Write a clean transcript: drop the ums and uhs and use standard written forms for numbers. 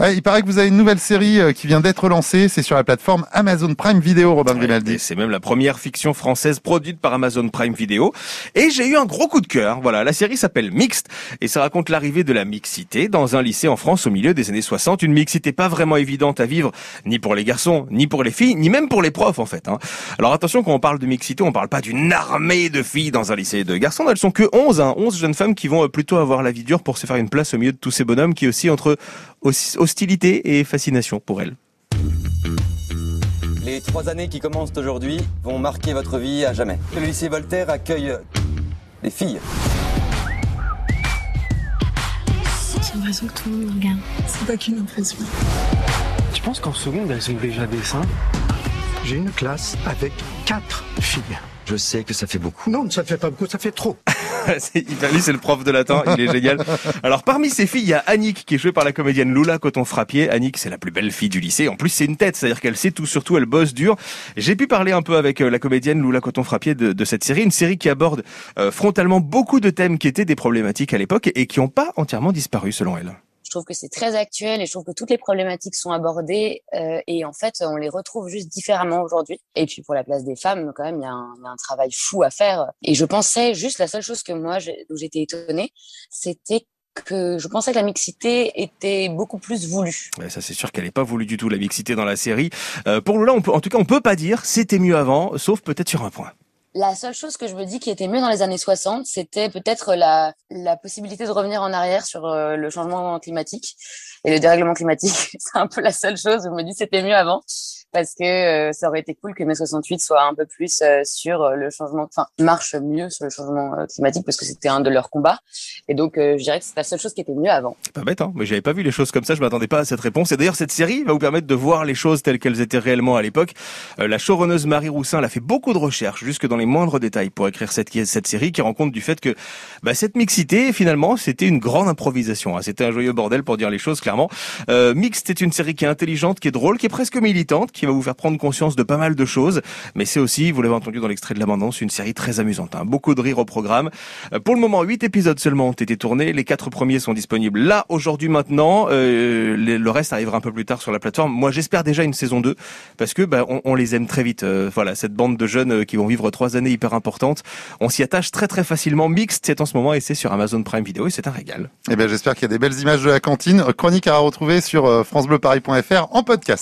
Ouais, il paraît que vous avez une nouvelle série qui vient d'être lancée. C'est sur la plateforme Amazon Prime Video, Robin Grimaldi. C'est même la première fiction française produite par Amazon Prime Video. Et j'ai eu un gros coup de cœur. Voilà, la série s'appelle Mixte et ça raconte l'arrivée de la mixité dans un lycée en France au milieu des années 60. Une mixité pas vraiment évidente à vivre, ni pour les garçons, ni pour les filles, ni même pour les profs en fait. Alors attention, quand on parle de mixité, on parle pas d'une armée de filles dans un lycée de garçons. Elles sont que 11 jeunes femmes qui vont plutôt avoir la vie dure pour se faire une place au milieu de tous ces bonhommes qui aussi entre hostilité et fascination pour elles. Les 3 années qui commencent aujourd'hui vont marquer votre vie à jamais. Le lycée Voltaire accueille les filles. J'ai l'impression que tout le monde me regarde. C'est pas qu'une impression. Tu penses qu'en seconde, elles ont déjà des seins ? J'ai une classe avec 4 filles. Je sais que ça fait beaucoup. Non, ça fait pas beaucoup, ça fait trop. Lui, c'est le prof de latin, il est génial. Alors, parmi ces filles, il y a Annick, qui est jouée par la comédienne Loula Coton-Frappier. Annick, c'est la plus belle fille du lycée. En plus, c'est une tête, c'est-à-dire qu'elle sait tout, surtout, elle bosse dur. J'ai pu parler un peu avec la comédienne Loula Coton-Frappier de cette série, une série qui aborde frontalement beaucoup de thèmes qui étaient des problématiques à l'époque et qui n'ont pas entièrement disparu, selon elle. Je trouve que c'est très actuel et je trouve que toutes les problématiques sont abordées et en fait on les retrouve juste différemment aujourd'hui. Et puis pour la place des femmes, quand même, il y a un travail fou à faire. Et je pensais juste, la seule chose que moi où j'étais étonnée, c'était que je pensais que la mixité était beaucoup plus voulue. Ouais, ça c'est sûr qu'elle n'est pas voulue du tout, la mixité dans la série. Pour Lola, on peut pas dire c'était mieux avant, sauf peut-être sur un point. La seule chose que je me dis qui était mieux dans les années 60, c'était peut-être la possibilité de revenir en arrière sur le changement climatique et le dérèglement climatique. C'est un peu la seule chose où je me dis c'était mieux avant, parce que ça aurait été cool que mai 68 soit un peu plus sur le changement, marche mieux sur le changement climatique, parce que c'était un de leurs combats. Et donc je dirais que c'est la seule chose qui était mieux avant. C'est pas bête, mais j'avais pas vu les choses comme ça, je m'attendais pas à cette réponse. Et d'ailleurs, cette série va vous permettre de voir les choses telles qu'elles étaient réellement à l'époque. La showrunneuse Marie Roussin, elle a fait beaucoup de recherches, jusque dans les moindres détails, pour écrire cette série qui rend compte du fait que cette mixité, finalement, c'était une grande improvisation. C'était un joyeux bordel, pour dire les choses clairement. Mixte, c'est une série qui est intelligente, qui est drôle, qui est presque militante, qui va vous faire prendre conscience de pas mal de choses. Mais c'est aussi, vous l'avez entendu dans l'extrait de la bande-annonce, une série très amusante. Beaucoup de rire au programme. Pour le moment, 8 épisodes seulement ont été tournés. Les 4 premiers sont disponibles là, aujourd'hui, maintenant. Le reste arrivera un peu plus tard sur la plateforme. Moi, j'espère déjà une saison 2, parce que on les aime très vite. Voilà, cette bande de jeunes qui vont vivre 3 années hyper importantes. On s'y attache très très facilement. Mixte, c'est en ce moment et c'est sur Amazon Prime Video et c'est un régal. J'espère qu'il y a des belles images de la cantine. Chronique à retrouver sur francebleuparis.fr en podcast.